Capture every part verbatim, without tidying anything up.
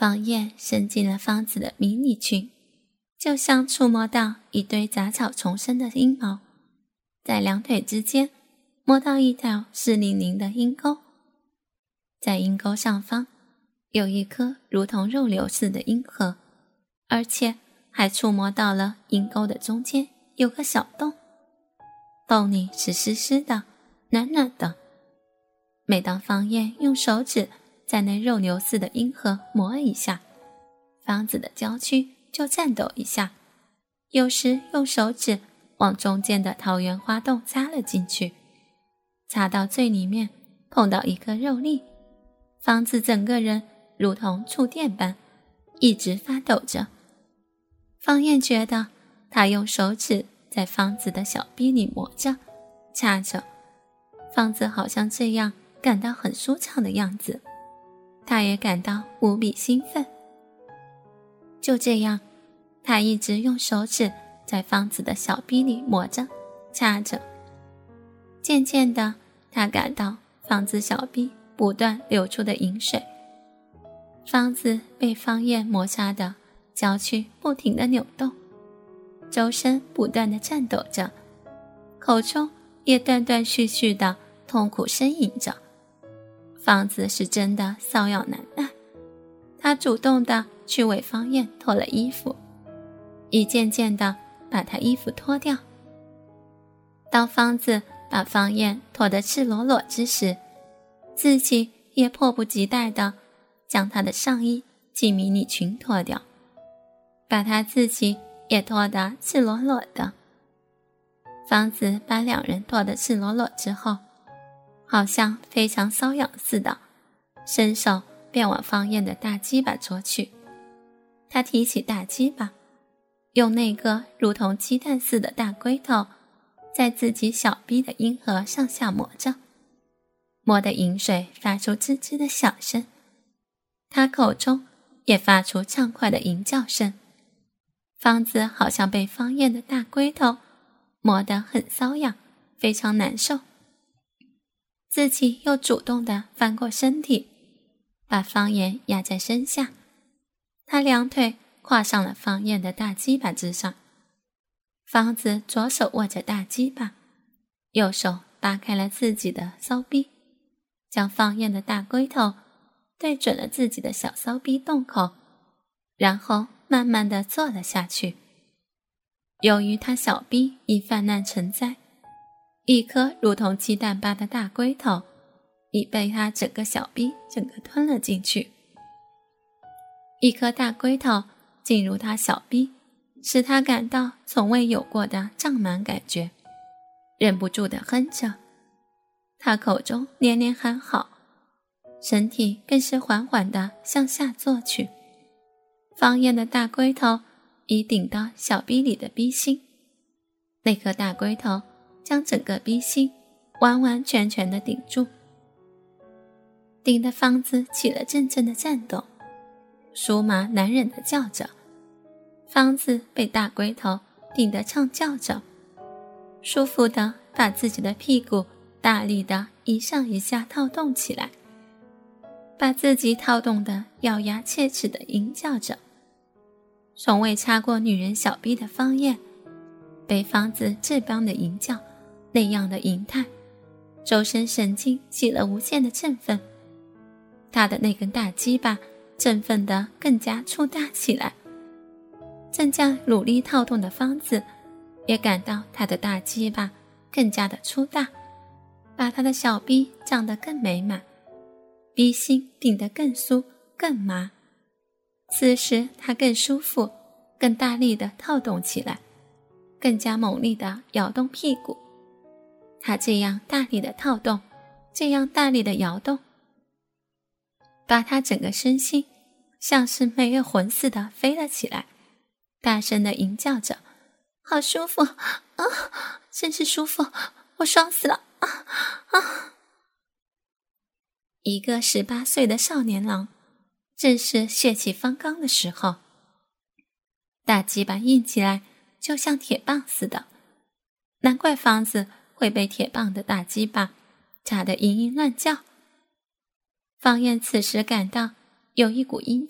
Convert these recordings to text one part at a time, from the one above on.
方燕伸进了方子的迷你裙，就像触摸到一堆杂草丛生的阴毛，在两腿之间摸到一条湿淋淋的阴沟，在阴沟上方有一颗如同肉瘤似的阴核，而且还触摸到了阴沟的中间有个小洞，洞里是湿湿的，暖暖的。每当方燕用手指在那肉瘤似的阴核磨一下，方子的娇躯就颤抖一下，有时用手指往中间的桃源花洞插了进去，插到最里面碰到一颗肉粒，方子整个人如同触电般一直发抖着。方燕觉得他用手指在方子的小臂里磨着掐着，方子好像这样感到很舒畅的样子，他也感到无比兴奋。就这样，他一直用手指在方子的小臂里磨着掐着，渐渐的他感到方子小臂不断流出的饮水，方子被方燕摩擦的娇躯不停地扭动，周身不断地颤抖着，口中也断断续续地痛苦呻吟着。方子是真的瘙痒难耐，他主动地去为方燕脱了衣服，一件件地把她衣服脱掉。当方子把方燕脱得赤裸裸之时，自己也迫不及待地将她的上衣及迷你裙脱掉，把她自己也脱得赤裸裸的。方子把两人脱得赤裸裸之后，好像非常瘙痒似的，伸手便往方燕的大鸡巴戳去。他提起大鸡巴，用那个如同鸡蛋似的大龟头在自己小臂的阴核上下磨着，磨得饮水发出吱吱的响声，他口中也发出畅快的吟叫声。方子好像被方燕的大龟头磨得很瘙痒，非常难受，自己又主动地翻过身体，把方燕压在身下。他两腿跨上了方燕的大鸡巴之上，方子左手握着大鸡巴，右手扒开了自己的骚逼，将方燕的大龟头对准了自己的小骚逼洞口，然后慢慢地坐了下去。由于他小逼已泛滥成灾，一颗如同鸡蛋般的大龟头已被他整个小逼整个吞了进去。一颗大龟头进入他小逼，使他感到从未有过的胀满感觉，忍不住地哼着。他口中连连喊好，身体更是缓缓地向下坐去。方燕的大龟头已顶到小逼里的逼心，那颗大龟头将整个逼心完完全全地顶住，顶得方子起了阵阵的颤抖，酥麻难忍地叫着。方子被大龟头顶得畅叫着，舒服地把自己的屁股大力地一上一下套动起来，把自己套动得咬牙切齿地吟叫着。从未擦过女人小逼的方燕被方子这般的吟叫，那样的淫态，周身神经起了无限的振奋，他的那根大鸡巴振奋得更加粗大起来。正将努力套动的方子也感到他的大鸡巴更加的粗大，把他的小逼胀得更美满，逼心顶得更酥更麻。此时他更舒服，更大力地套动起来，更加猛力地摇动屁股。他这样大力地套动，这样大力地摇动，把他整个身心像是没有魂似的飞了起来，大声地吟叫着：好舒服啊，真是舒服，我爽死了啊啊！一个十八岁的少年郎，正是血气方刚的时候，大鸡巴硬起来就像铁棒似的，难怪方子会被铁棒的大鸡巴扎得嘤嘤乱叫。方燕此时感到有一股阴茎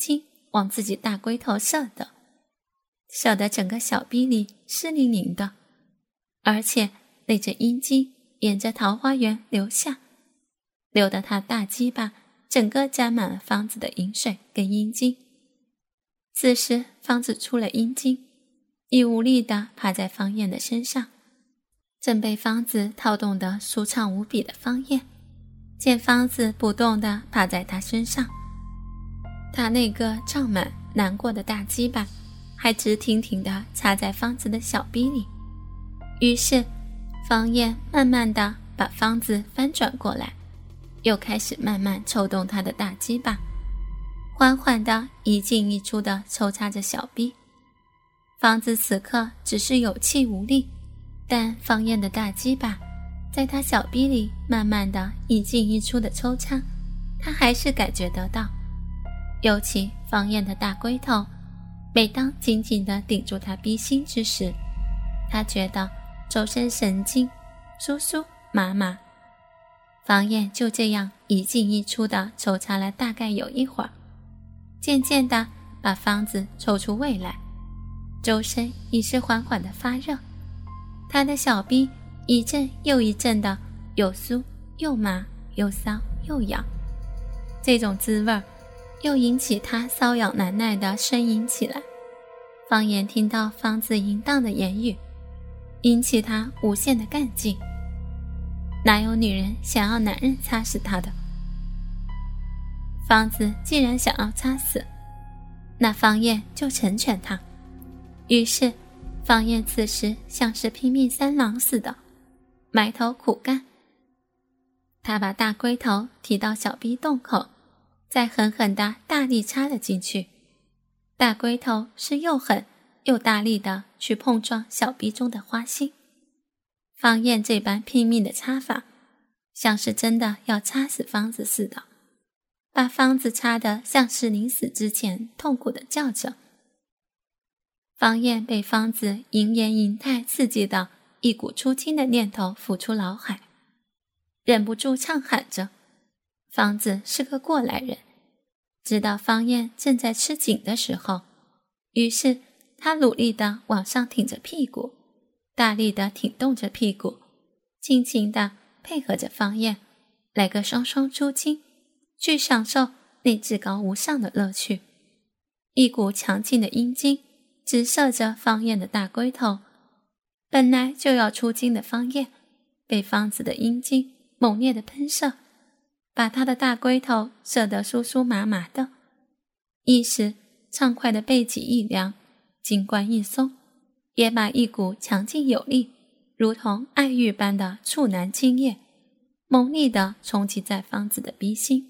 往自己大龟头射的，射得整个小逼里湿淋淋的，而且那阵阴茎沿着桃花源流下，流得他大鸡巴整个沾满了方子的饮水跟阴茎。此时方子出了阴茎，已无力地趴在方燕的身上。正被方子套动得舒畅无比的方燕，见方子不动地趴在他身上，他那个胀满难过的大鸡巴还直挺挺地插在方子的小逼里。于是方燕慢慢地把方子翻转过来，又开始慢慢抽动他的大鸡巴，缓缓地一进一出地抽插着小逼。方子此刻只是有气无力，但方燕的大鸡巴在他小逼里慢慢地一进一出的抽插，他还是感觉得到。尤其方燕的大龟头每当紧紧地顶住他逼心之时，他觉得周身神经酥酥麻麻。方燕就这样一进一出地抽插了大概有一会儿，渐渐地把方子抽出胃来，周身已是缓缓地发热，他的小臂一阵又一阵的又酥又麻又骚又痒，这种滋味又引起他瘙痒难耐的呻吟起来。方言听到方子淫荡的言语，引起他无限的干劲。哪有女人想要男人擦死她的？方子既然想要擦死，那方燕就成全他。于是方燕此时像是拼命三郎似的埋头苦干，他把大龟头提到小逼洞口，再狠狠地大力插了进去。大龟头是又狠又大力地去碰撞小逼中的花心。方燕这般拼命的插法，像是真的要插死方子似的，把方子插得像是临死之前痛苦地叫着。方燕被方子淫言淫态刺激到一股出清的念头浮出脑海，忍不住唱喊着。方子是个过来人，知道方燕正在吃紧的时候，于是他努力地往上挺着屁股，大力地挺动着屁股，尽情地配合着方燕来个双双出清，去享受那至高无上的乐趣。一股强劲的阴茎直射着方燕的大龟头，本来就要出精的方燕被方子的阴茎猛烈的喷射，把他的大龟头射得酥酥麻麻的，一时畅快的背脊一凉，筋关一松，也把一股强劲有力如同爱玉般的处男精液猛力地冲击在方子的逼心。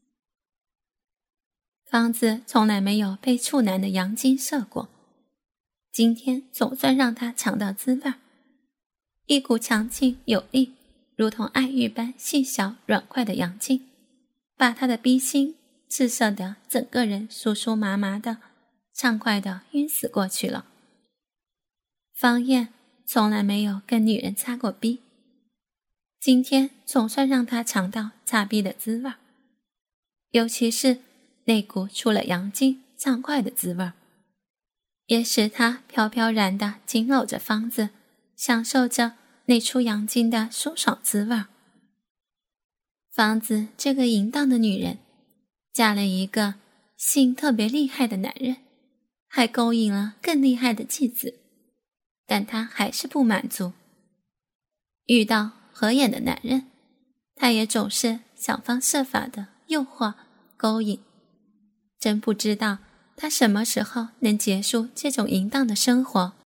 方子从来没有被处男的阳精射过，今天总算让他尝到滋味，一股强劲有力如同爱玉般细小软块的阳精，把他的逼心刺射得整个人酥酥麻麻的，畅快地晕死过去了。方燕从来没有跟女人擦过逼，今天总算让她尝到擦逼的滋味，尤其是那股出了阳精畅快的滋味，也使她飘飘然地紧搂着方子，享受着那出阳精的舒爽滋味。方子这个淫荡的女人，嫁了一个性特别厉害的男人，还勾引了更厉害的继子，但她还是不满足。遇到合眼的男人，她也总是想方设法的诱惑勾引。真不知道她什么时候能结束这种淫荡的生活。